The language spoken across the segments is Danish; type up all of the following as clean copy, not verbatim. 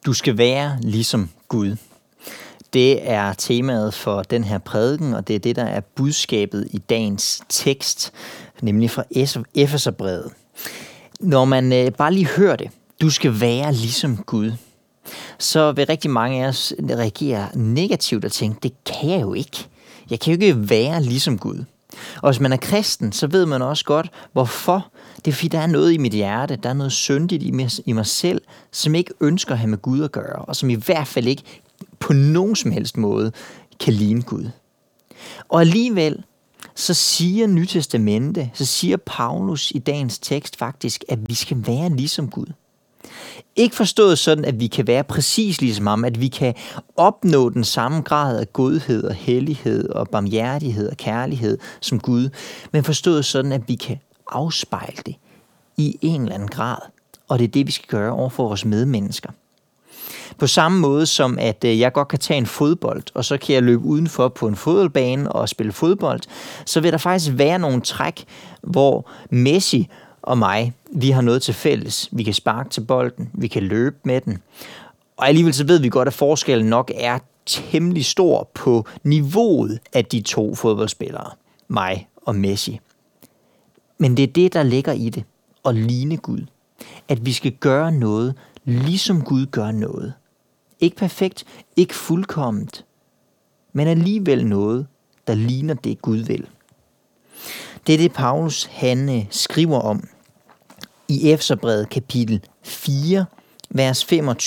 Du skal være ligesom Gud. Det er temaet for den her prædiken, og det er det, der er budskabet i dagens tekst, nemlig fra Efeserbrevet. Når man bare lige hører det, du skal være ligesom Gud, så vil rigtig mange af os reagere negativt og tænke, det kan jeg jo ikke. Jeg kan jo ikke være ligesom Gud. Og hvis man er kristen, så ved man også godt, hvorfor. Det er fordi, der er noget i mit hjerte, der er noget syndigt i mig selv, som ikke ønsker at have med Gud at gøre, og som i hvert fald ikke på nogen som helst måde kan ligne Gud. Og alligevel, så siger Nytestamentet, så siger Paulus i dagens tekst faktisk, at vi skal være ligesom Gud. Ikke forstået sådan, at vi kan være præcis ligesom ham, at vi kan opnå den samme grad af godhed og hellighed og barmhjertighed og kærlighed som Gud, men forstået sådan, at vi kan afspejle det i en eller anden grad. Og det er det, vi skal gøre over for vores medmennesker. På samme måde som, at jeg godt kan tage en fodbold, og så kan jeg løbe udenfor på en fodboldbane og spille fodbold, så vil der faktisk være nogle træk, hvor Messi og mig, vi har noget til fælles. Vi kan sparke til bolden, vi kan løbe med den. Og alligevel så ved vi godt, at forskellen nok er temmelig stor på niveauet af de to fodboldspillere, mig og Messi. Men det er det, der ligger i det, at ligne Gud. At vi skal gøre noget, ligesom Gud gør noget. Ikke perfekt, ikke fuldkomment, men alligevel noget, der ligner det, Gud vil. Det er det, Paulus han skriver om i Efeserbrevet kapitel 4, vers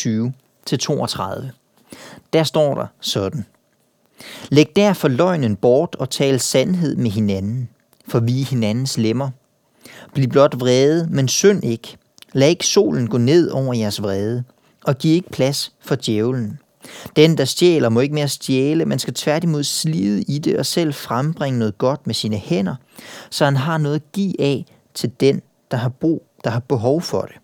25-32. Der står der sådan: Læg derfor løgnen bort og tal sandhed med hinanden, for vi er hinandens lemmer. Bliv blot vrede, men synd ikke. Lad ikke solen gå ned over jeres vrede, og giv ikke plads for djævlen. Den, der stjæler, må ikke mere stjæle, men skal tværtimod slide i det og selv frembringe noget godt med sine hænder, så han har noget at give af til den, der har behov for det.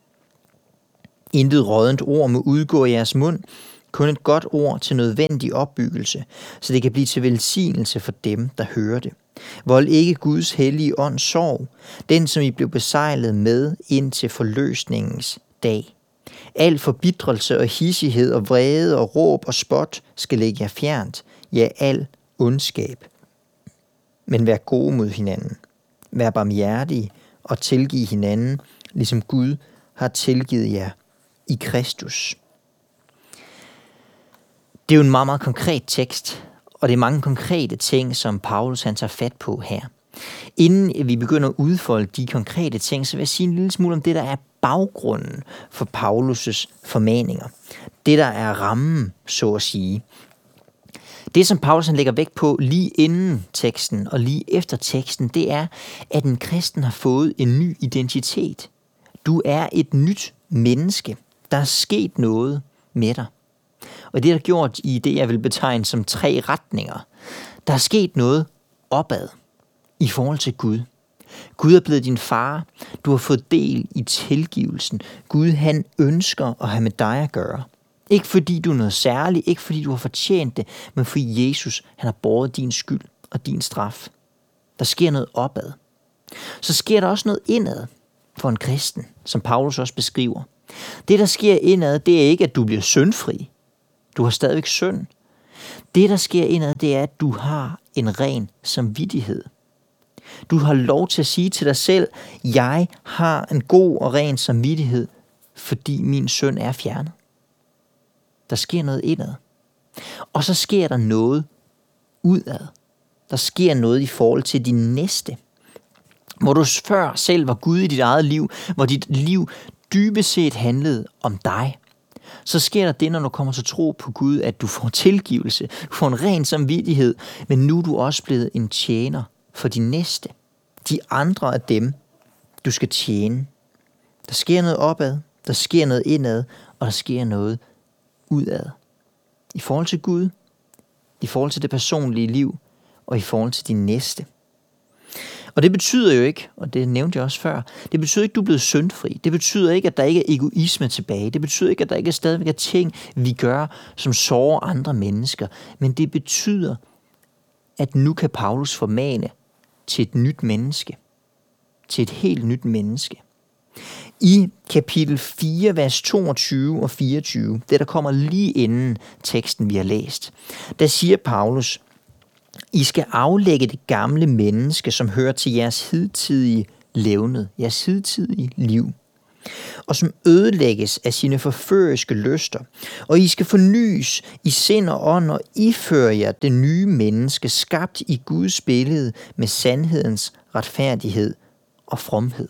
Intet råddent ord må udgå af jeres mund, kun et godt ord til nødvendig opbyggelse, så det kan blive til velsignelse for dem, der hører det. Vold ikke Guds hellige ånd sorg, den som I blev besejlet med ind til forløsningens dag. Al forbitrelse og hissighed og vrede og råb og spot skal ligge jer fjernt, ja, al ondskab. Men vær gode mod hinanden. Vær barmhjertige og tilgiv hinanden, ligesom Gud har tilgivet jer i Kristus. Det er jo en meget, meget konkret tekst, og det er mange konkrete ting, som Paulus han tager fat på her. Inden vi begynder at udfolde de konkrete ting, så vil jeg sige en lille smule om det, der er baggrunden for Paulus' formaninger. Det, der er rammen, så at sige. Det, som Paulus lægger vægt på lige inden teksten og lige efter teksten, det er, at en kristen har fået en ny identitet. Du er et nyt menneske. Der er sket noget med dig. Og det er der gjort i det, jeg vil betegne som 3 retninger. Der er sket noget opad i forhold til Gud. Gud er blevet din far. Du har fået del i tilgivelsen. Gud, han ønsker at have med dig at gøre. Ikke fordi du er noget særligt, ikke fordi du har fortjent det, men fordi Jesus, han har båret din skyld og din straf. Der sker noget opad. Så sker der også noget indad for en kristen, som Paulus også beskriver. Det, der sker indad, det er ikke, at du bliver syndfri. Du har stadigvæk synd. Det, der sker indad, det er, at du har en ren samvittighed. Du har lov til at sige til dig selv, jeg har en god og ren samvittighed, fordi min synd er fjernet. Der sker noget indad. Og så sker der noget udad. Der sker noget i forhold til din næste. Hvor du før selv var Gud i dit eget liv, hvor dit liv dybest set handlede om dig. Så sker der det, når du kommer til tro på Gud, at du får tilgivelse, du får en ren samvittighed, men nu er du også blevet en tjener for de næste. De andre af dem, du skal tjene. Der sker noget opad, der sker noget indad, og der sker noget udad. I forhold til Gud, i forhold til det personlige liv, og i forhold til de næste. Og det betyder jo ikke, og det nævnte jeg også før, det betyder ikke, at du er blevet syndfri. Det betyder ikke, at der ikke er egoisme tilbage. Det betyder ikke, at der ikke stadigvæk er ting, vi gør, som sårer andre mennesker. Men det betyder, at nu kan Paulus formane til et nyt menneske. Til et helt nyt menneske. I kapitel 4, vers 22 og 24, det der kommer lige inden teksten, vi har læst, der siger Paulus, I skal aflægge det gamle menneske, som hører til jeres hidtidige levned, jeres hidtidige liv, og som ødelægges af sine forføriske lyster. Og I skal fornyes i sind og ånd og iføre jer det nye menneske, skabt i Guds billede med sandhedens retfærdighed og fromhed.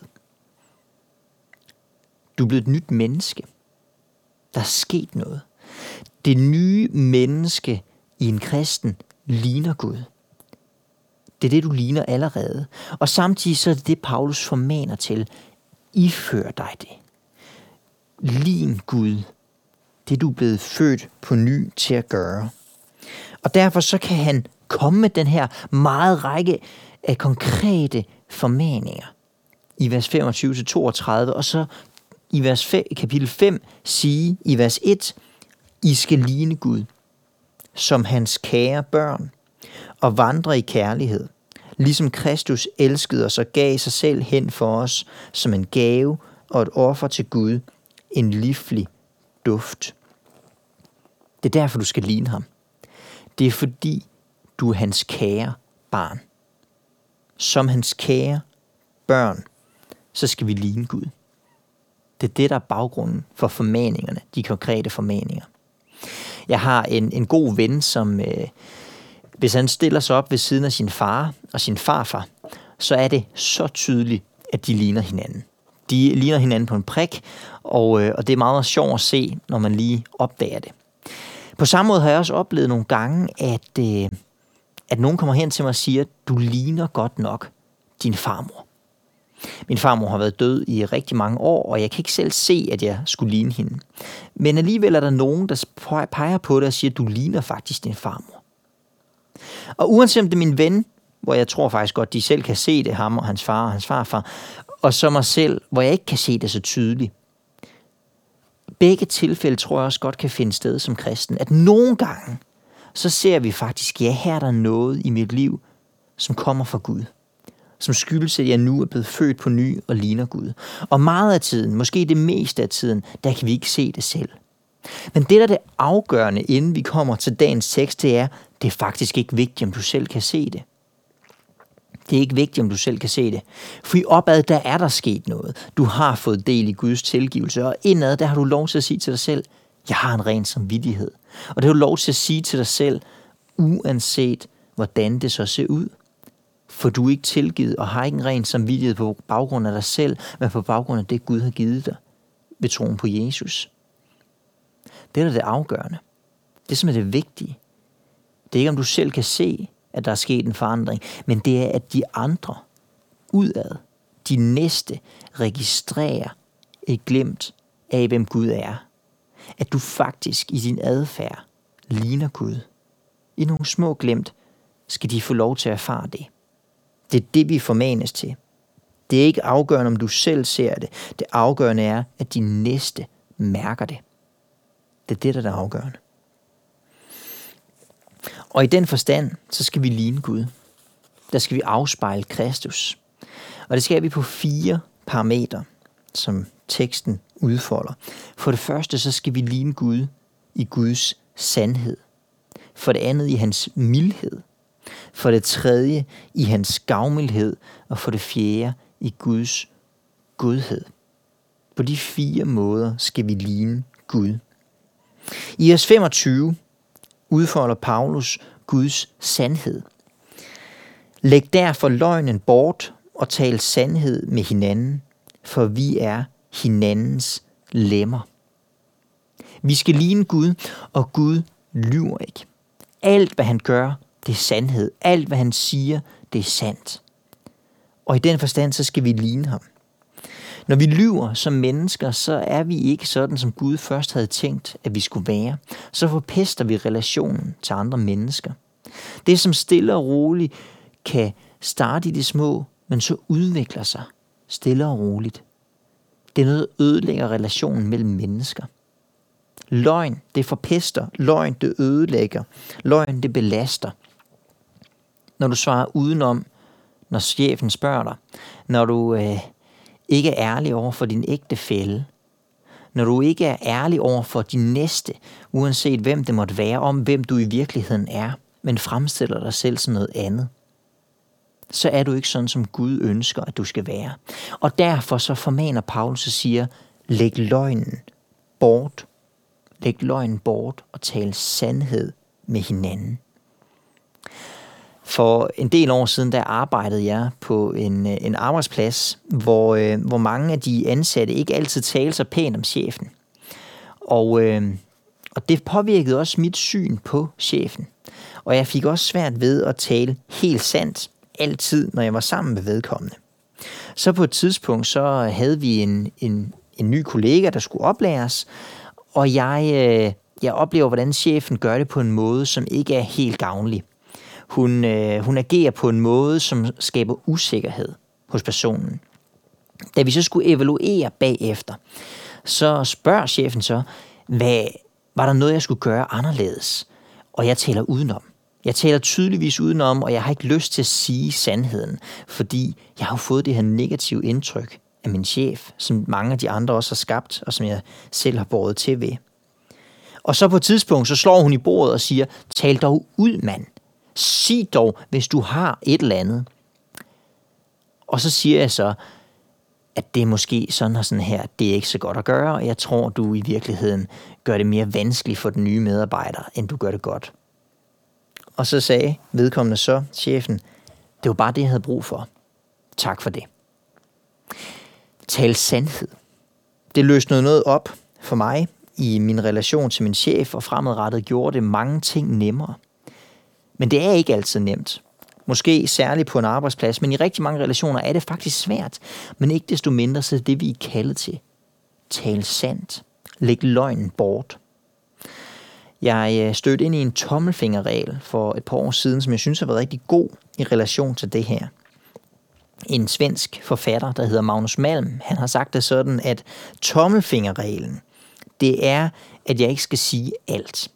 Du er blevet et nyt menneske. Der er sket noget. Det nye menneske i en kristen ligner Gud. Det er det, du ligner allerede. Og samtidig så er det, Paulus formaner til. Ifør dig det. Lign Gud. Det, du er blevet født på ny til at gøre. Og derfor så kan han komme med den her meget række af konkrete formaninger. I vers 25-32, og så i kapitel 5 sige i vers 1, I skal ligne Gud, som hans kære børn, og vandre i kærlighed, ligesom Kristus elskede os og gav sig selv hen for os, som en gave og et offer til Gud, en livlig duft. Det er derfor, du skal ligne ham. Det er fordi, du er hans kære barn. Som hans kære børn, så skal vi ligne Gud. Det er det, der er baggrunden for formaningerne, de konkrete formaninger. Jeg har en god ven, som hvis han stiller sig op ved siden af sin far og sin farfar, så er det så tydeligt, at de ligner hinanden. De ligner hinanden på en prik, og det er meget sjovt at se, når man lige opdager det. På samme måde har jeg også oplevet nogle gange, at nogen kommer hen til mig og siger, du ligner godt nok din farmor. Min farmor har været død i rigtig mange år, og jeg kan ikke selv se, at jeg skulle ligne hende. Men alligevel er der nogen, der peger på det og siger, du ligner faktisk din farmor. Og uanset om det er min ven, hvor jeg tror faktisk godt, de selv kan se det, ham og hans far og hans farfar, og så mig selv, hvor jeg ikke kan se det så tydeligt. Begge tilfælde tror jeg også godt kan finde sted som kristen, at nogle gange, så ser vi faktisk, ja, her er der noget i mit liv, som kommer fra Gud. Som skyldes, at jeg nu er blevet født på ny og ligner Gud. Og meget af tiden, måske det meste af tiden, der kan vi ikke se det selv. Men det, der er det afgørende, inden vi kommer til dagens tekst, det er faktisk ikke vigtigt, om du selv kan se det. Det er ikke vigtigt, om du selv kan se det. For i opad, der er der sket noget. Du har fået del i Guds tilgivelse, og indad, der har du lov til at sige til dig selv, jeg har en ren samvittighed. Og det har du lov til at sige til dig selv, uanset hvordan det så ser ud. For du er ikke tilgivet og har ikke en ren samvittighed på baggrund af dig selv, men på baggrund af det, Gud har givet dig ved troen på Jesus. Det er det afgørende. Det er simpelthen det vigtige. Det er ikke, om du selv kan se, at der er sket en forandring, men det er, at de andre udad, de næste, registrerer et glimt af, hvem Gud er. At du faktisk i din adfærd ligner Gud. I nogle små glimt skal de få lov til at erfare det. Det er det, vi formanes til. Det er ikke afgørende, om du selv ser det. Det afgørende er, at de næste mærker det. Det er det, der er afgørende. Og i den forstand, så skal vi ligne Gud. Der skal vi afspejle Kristus. Og det skal vi på 4 parametre, som teksten udfolder. For det første, så skal vi ligne Gud i Guds sandhed. For det andet, i hans mildhed. For det tredje, i hans gavmildhed. Og for det fjerde, i Guds godhed. På de 4 måder skal vi ligne Gud. I vers 25 udfolder Paulus Guds sandhed. Læg derfor løgnen bort og tal sandhed med hinanden, for vi er hinandens lemmer. Vi skal ligne Gud, og Gud lyver ikke. Alt, hvad han gør, det er sandhed. Alt, hvad han siger, det er sandt. Og i den forstand, så skal vi ligne ham. Når vi lyver som mennesker, så er vi ikke sådan, som Gud først havde tænkt, at vi skulle være. Så forpester vi relationen til andre mennesker. Det, som stille og roligt kan starte i det små, men så udvikler sig stille og roligt. Det er noget, der ødelægger relationen mellem mennesker. Løgn, det forpester. Løgn, det ødelægger. Løgn, det belaster. Når du svarer udenom, når chefen spørger dig, når du ikke er ærlig over for din ægtefælle, når du ikke er ærlig over for din næste, uanset hvem det måtte være, om hvem du i virkeligheden er, men fremstiller dig selv som noget andet, så er du ikke sådan, som Gud ønsker, at du skal være. Og derfor så formaner Paulus og siger, læg løgnen bort. Læg løgnen bort og tal sandhed med hinanden. For en del år siden, der arbejdede jeg på en arbejdsplads, hvor mange af de ansatte ikke altid talte så pænt om chefen. Og det påvirkede også mit syn på chefen. Og jeg fik også svært ved at tale helt sandt altid, når jeg var sammen med vedkommende. Så på et tidspunkt, så havde vi en ny kollega, der skulle oplæres, og jeg oplever, hvordan chefen gør det på en måde, som ikke er helt gavnlig. Hun agerer på en måde, som skaber usikkerhed hos personen. Da vi så skulle evaluere bagefter, så spørger chefen så, var der noget, jeg skulle gøre anderledes? Og jeg taler udenom. Jeg taler tydeligvis udenom, og jeg har ikke lyst til at sige sandheden, fordi jeg har fået det her negative indtryk af min chef, som mange af de andre også har skabt, og som jeg selv har båret til ved. Og så på et tidspunkt, så slår hun i bordet og siger, tal dog ud, mand. Sig dog, hvis du har et eller andet. Og så siger jeg så, at det er måske sådan og sådan her, det er ikke så godt at gøre, og jeg tror, du i virkeligheden gør det mere vanskeligt for den nye medarbejder, end du gør det godt. Og så sagde vedkommende så, chefen, det var bare det, jeg havde brug for. Tak for det. Tal sandhed. Det løsnede noget op for mig i min relation til min chef, og fremadrettet gjorde det mange ting nemmere. Men det er ikke altid nemt. Måske særligt på en arbejdsplads, men i rigtig mange relationer er det faktisk svært. Men ikke desto mindre, så er det vi er kaldet til. Tal sandt. Læg løgnen bort. Jeg stødte ind i en tommelfingerregel for et par år siden, som jeg synes har været rigtig god i relation til det her. En svensk forfatter, der hedder Magnus Malm, han har sagt det sådan, at tommelfingerreglen, det er, at jeg ikke skal sige alt.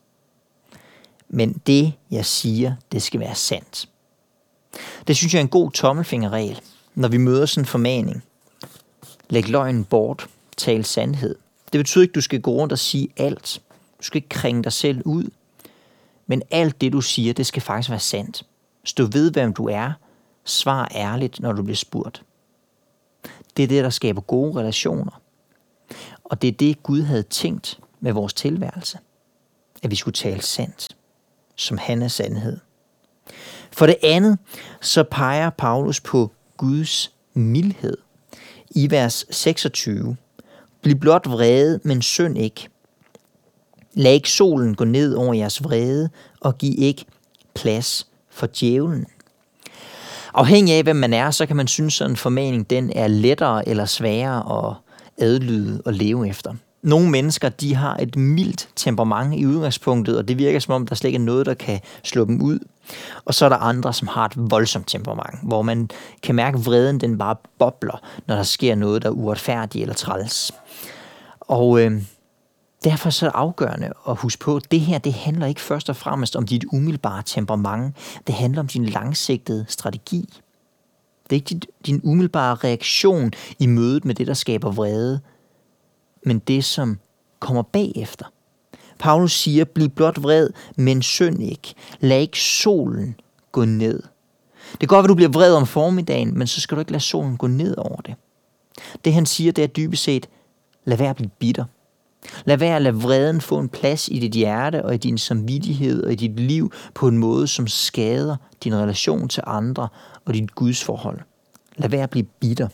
Men det, jeg siger, det skal være sandt. Det synes jeg er en god tommelfingerregel, når vi møder sådan en formaning. Læg løgnen bort, tal sandhed. Det betyder ikke, at du skal gå rundt og sige alt. Du skal ikke krænge dig selv ud. Men alt det, du siger, det skal faktisk være sandt. Stå ved, hvem du er. Svar ærligt, når du bliver spurgt. Det er det, der skaber gode relationer. Og det er det, Gud havde tænkt med vores tilværelse. At vi skulle tale sandt, som han er sandhed. For det andet, så peger Paulus på Guds mildhed. I vers 26. Bliv blot vrede, men synd ikke. Lad ikke solen gå ned over jeres vrede, og giv ikke plads for djævlen. Afhængig af, hvem man er, så kan man synes, at en formaning den er lettere eller sværere at adlyde og leve efter. Nogle mennesker, de har et mildt temperament i udgangspunktet, og det virker som om, der slet ikke er noget, der kan slå dem ud. Og så er der andre, som har et voldsomt temperament, hvor man kan mærke, at vreden den bare bobler, når der sker noget, der er uretfærdigt eller træls. Og derfor så er det afgørende at huske på, at det her, det handler ikke først og fremmest om dit umiddelbare temperament. Det handler om din langsigtede strategi. Det er ikke din umiddelbare reaktion i mødet med det, der skaber vrede, men det, som kommer bagefter. Paulus siger, bliv blot vred, men synd ikke. Lad ikke solen gå ned. Det kan godt være, at du bliver vred om formiddagen, men så skal du ikke lade solen gå ned over det. Det han siger, det er dybest set, lad være at blive bitter. Lad være at lade vreden få en plads i dit hjerte og i din samvittighed og i dit liv på en måde, som skader din relation til andre og dit gudsforhold. Lad være at blive bitter.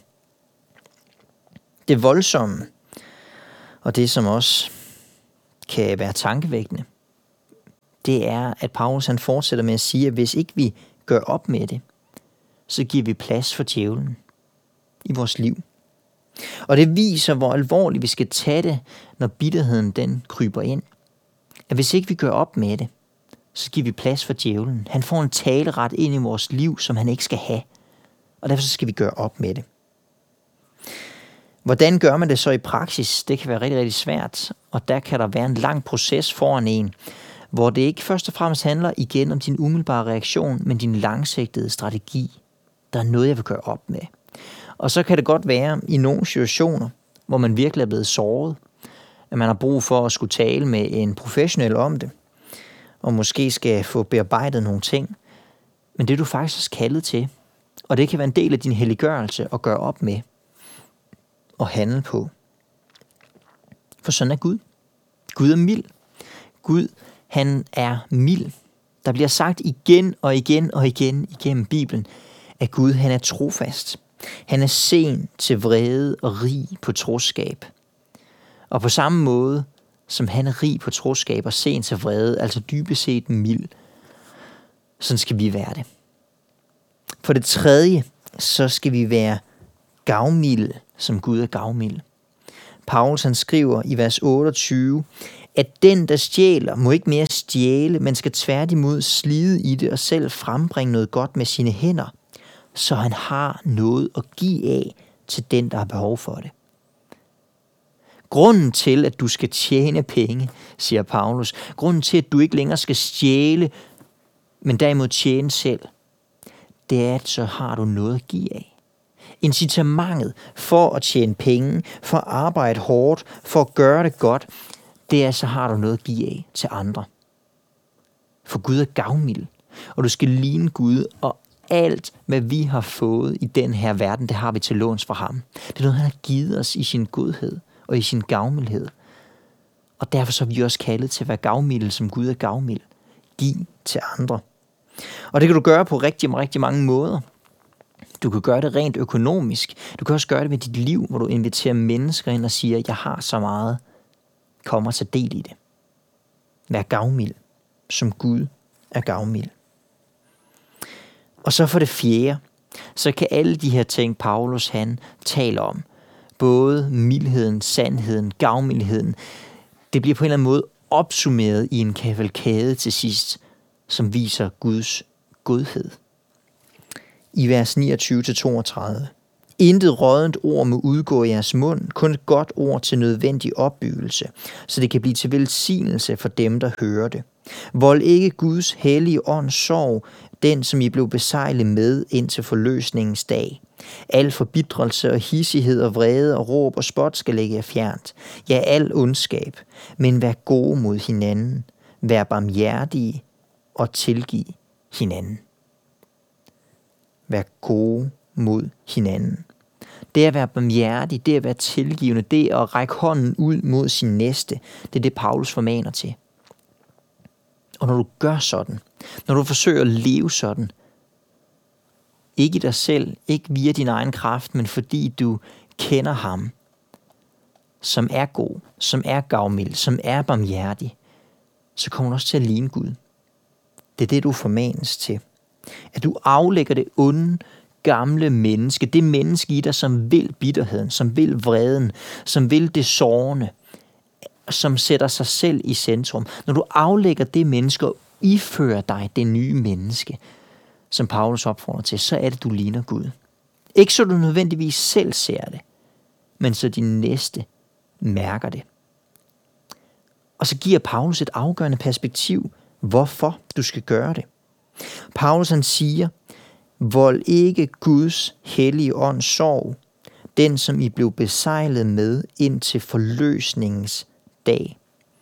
Det voldsomme, og det som også kan være tankevækkende, det er, at Paulus han fortsætter med at sige, at hvis ikke vi gør op med det, så giver vi plads for djævlen i vores liv. Og det viser, hvor alvorligt vi skal tage det, når bitterheden den kryber ind. At hvis ikke vi gør op med det, så giver vi plads for djævlen. Han får en taleret ind i vores liv, som han ikke skal have. Og derfor skal vi gøre op med det. Hvordan gør man det så i praksis? Det kan være rigtig, rigtig svært. Og der kan der være en lang proces foran en, hvor det ikke først og fremmest handler igen om din umiddelbare reaktion, men din langsigtede strategi. Der er noget, jeg vil gøre op med. Og så kan det godt være i nogle situationer, hvor man virkelig er blevet såret, at man har brug for at skulle tale med en professionel om det, og måske skal få bearbejdet nogle ting. Men det er du faktisk også kaldet til, og det kan være en del af din helliggørelse at gøre op med og handle på. For sådan er Gud. Gud er mild. Gud, han er mild. Der bliver sagt igen og igen og igen igennem Bibelen, at Gud, han er trofast. Han er sen til vrede og rig på troskab. Og på samme måde, som han er rig på troskab og sen til vrede, altså dybest set mild, sådan skal vi være det. For det tredje, så skal vi være gavmilde, som Gud er gavmild. Paulus han skriver i vers 28, at den, der stjæler, må ikke mere stjæle, men skal tværtimod slide i det og selv frembringe noget godt med sine hænder, så han har noget at give af til den, der har behov for det. Grunden til, at du skal tjene penge, siger Paulus, grunden til, at du ikke længere skal stjæle, men derimod tjene selv, det er, at så har du noget at give af. Incitamentet for at tjene penge, for at arbejde hårdt, for at gøre det godt, det er, så har du noget at give af til andre. For Gud er gavmild, og du skal ligne Gud, og alt, hvad vi har fået i den her verden, det har vi til låns fra ham. Det er noget, han har givet os i sin godhed og i sin gavmildhed. Og derfor så er vi også kaldet til at være gavmilde, som Gud er gavmild. Giv til andre. Og det kan du gøre på rigtig mange måder. Du kan gøre det rent økonomisk. Du kan også gøre det med dit liv, hvor du inviterer mennesker ind og siger, jeg har så meget. Kom og tage del i det. Vær gavmild, som Gud er gavmild. Og så for det fjerde, så kan alle de her ting, Paulus han taler om, både mildheden, sandheden, gavmildheden, det bliver på en eller anden måde opsummeret i en kavalkade til sidst, som viser Guds godhed. I vers 29-32. Intet råddent ord må udgå i jeres mund, kun et godt ord til nødvendig opbyggelse, så det kan blive til velsignelse for dem, der hører det. Vold ikke Guds hellige ånd sorg, den som I blev besejlet med indtil forløsningens dag. Al forbitrelse og hissighed og vrede og råb og spot skal lægge jer fjernt. Ja, al ondskab, men vær gode mod hinanden. Vær barmhjertige og tilgiv hinanden. Vær gode mod hinanden. Det at være barmhjertig, det at være tilgivende, det at række hånden ud mod sin næste, det er det, Paulus formaner til. Og når du gør sådan, når du forsøger at leve sådan, ikke i dig selv, ikke via din egen kraft, men fordi du kender ham, som er god, som er gavmild, som er barmhjertig, så kommer du også til at ligne Gud. Det er det, du formanes til. At du aflægger det onde, gamle menneske, det menneske i dig, som vil bitterheden, som vil vreden, som vil det sårende, som sætter sig selv i centrum. Når du aflægger det menneske og ifører dig det nye menneske, som Paulus opfordrer til, så er det, du ligner Gud. Ikke så du nødvendigvis selv ser det, men så din næste mærker det. Og så giver Paulus et afgørende perspektiv, hvorfor du skal gøre det. Paulus han siger, vold ikke Guds hellige ånd sorg, den som I blev besejlet med indtil forløsningens dag.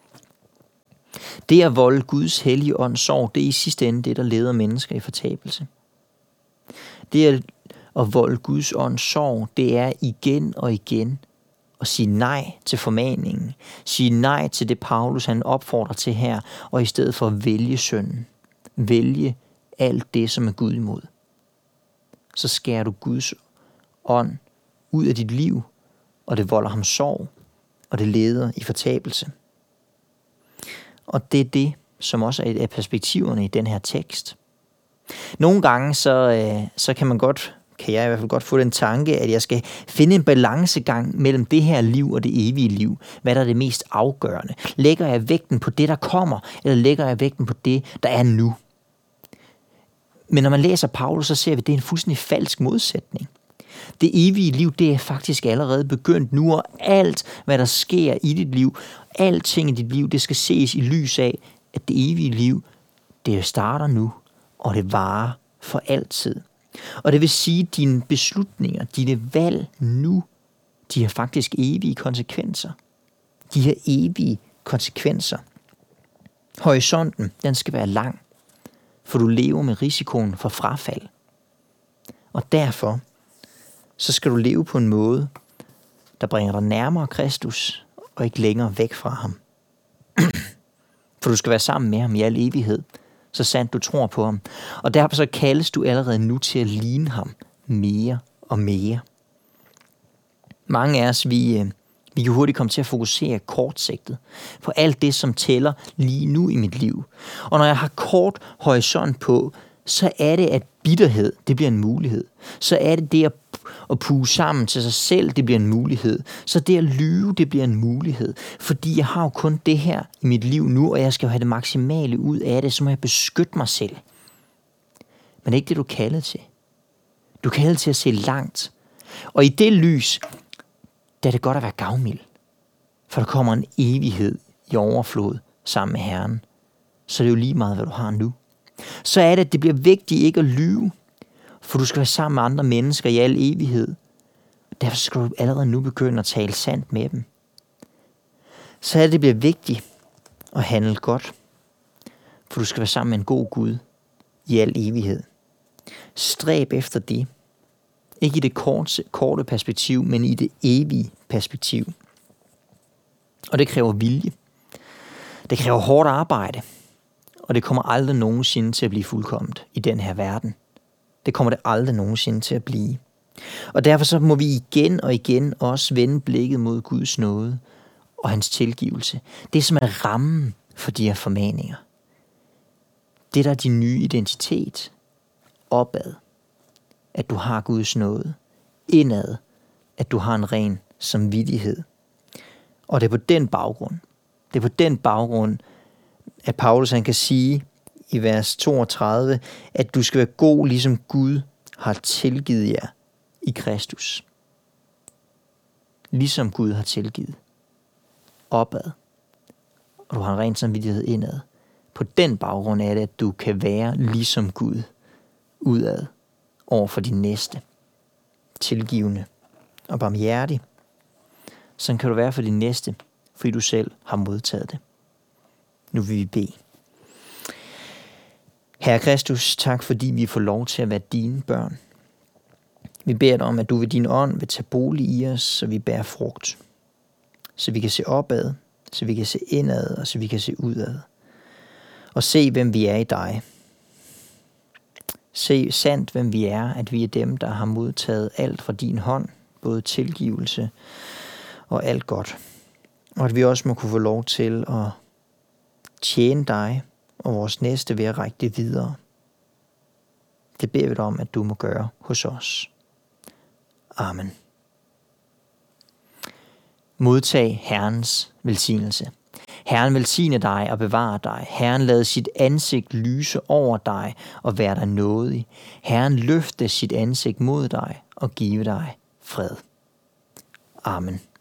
Det at volde Guds hellige ånd sorg, det er i sidste ende det, der leder mennesker i fortabelse. Det at volde Guds ånd sorg, det er igen og igen at sige nej til formaningen. Sige nej til det, Paulus han opfordrer til her, og i stedet for at vælge synden. Vælge alt det, som er Gud imod. Så skærer du Guds ånd ud af dit liv, og det volder ham sorg, og det leder i fortabelse. Og det er det, som også er et af perspektiverne i den her tekst. Nogle gange, så kan jeg i hvert fald godt få den tanke, at jeg skal finde en balancegang mellem det her liv og det evige liv. Hvad der er det mest afgørende? Lægger jeg vægten på det, der kommer, eller lægger jeg vægten på det, der er nu? Men når man læser Paulus, så ser vi, at det er en fuldstændig falsk modsætning. Det evige liv, det er faktisk allerede begyndt nu, og alt, hvad der sker i dit liv, alting i dit liv, det skal ses i lys af, at det evige liv, det starter nu, og det varer for altid. Og det vil sige, at dine beslutninger, dine valg nu, de har faktisk evige konsekvenser. De har evige konsekvenser. Horisonten, den skal være lang, for du lever med risikoen for frafald. Og derfor, så skal du leve på en måde, der bringer dig nærmere Kristus, og ikke længere væk fra ham. For du skal være sammen med ham i al evighed, så sandt du tror på ham. Og derfor så kaldes du allerede nu til at ligne ham mere og mere. Mange af os, vi kan hurtigt komme til at fokusere kortsigtet på alt det, som tæller lige nu i mit liv. Og når jeg har kort horisont på, så er det, at bitterhed, det bliver en mulighed. Så er det at puge sammen til sig selv, det bliver en mulighed. Så det at lyve, det bliver en mulighed. Fordi jeg har jo kun det her i mit liv nu, og jeg skal jo have det maksimale ud af det, så må jeg beskytte mig selv. Men det er ikke det, du er kaldet til. Du er kaldet til at se langt. Og i det lys, der er det godt at være gavmild. For der kommer en evighed i overflod sammen med Herren. Så det er jo lige meget, hvad du har nu. Så er det, at det bliver vigtigt ikke at lyve. For du skal være sammen med andre mennesker i al evighed. Derfor skal du allerede nu begynde at tale sandt med dem. Så er det bliver vigtigt at handle godt. For du skal være sammen med en god Gud i al evighed. Stræb efter det. Ikke i det korte perspektiv, men i det evige perspektiv. Og det kræver vilje. Det kræver hårdt arbejde. Og det kommer aldrig nogensinde til at blive fuldkomment i den her verden. Det kommer det aldrig nogensinde til at blive. Og derfor så må vi igen og igen også vende blikket mod Guds nåde og hans tilgivelse. Det som er rammen for de her formaninger. Det der er din nye identitet. Opad. At du har Guds nåde. Indad. At du har en ren samvittighed. Og det er på den baggrund, at Paulus han kan sige i vers 32, at du skal være god, ligesom Gud har tilgivet jer i Kristus. Ligesom Gud har tilgivet. Opad. Og du har en ren samvittighed indad. På den baggrund er det, at du kan være ligesom Gud udad over for din næste. Tilgivende og barmhjertig. Sådan kan du være for din næste, fordi du selv har modtaget det. Nu vil vi bede. Herre Kristus, tak fordi vi får lov til at være dine børn. Vi beder dig om, at du ved din ånd vil tage bolig i os, så vi bærer frugt. Så vi kan se opad, så vi kan se indad, og så vi kan se udad. Og se, hvem vi er i dig. Se sandt, hvem vi er, at vi er dem, der har modtaget alt fra din hånd, både tilgivelse og alt godt. Og at vi også må kunne få lov til at tjene dig og vores næste ved at række det videre. Det beder vi dig om, at du må gøre hos os. Amen. Modtag Herrens velsignelse. Herren velsigne dig og bevare dig. Herren lade sit ansigt lyse over dig og være dig nådig. Herren løfte sit ansigt mod dig og give dig fred. Amen.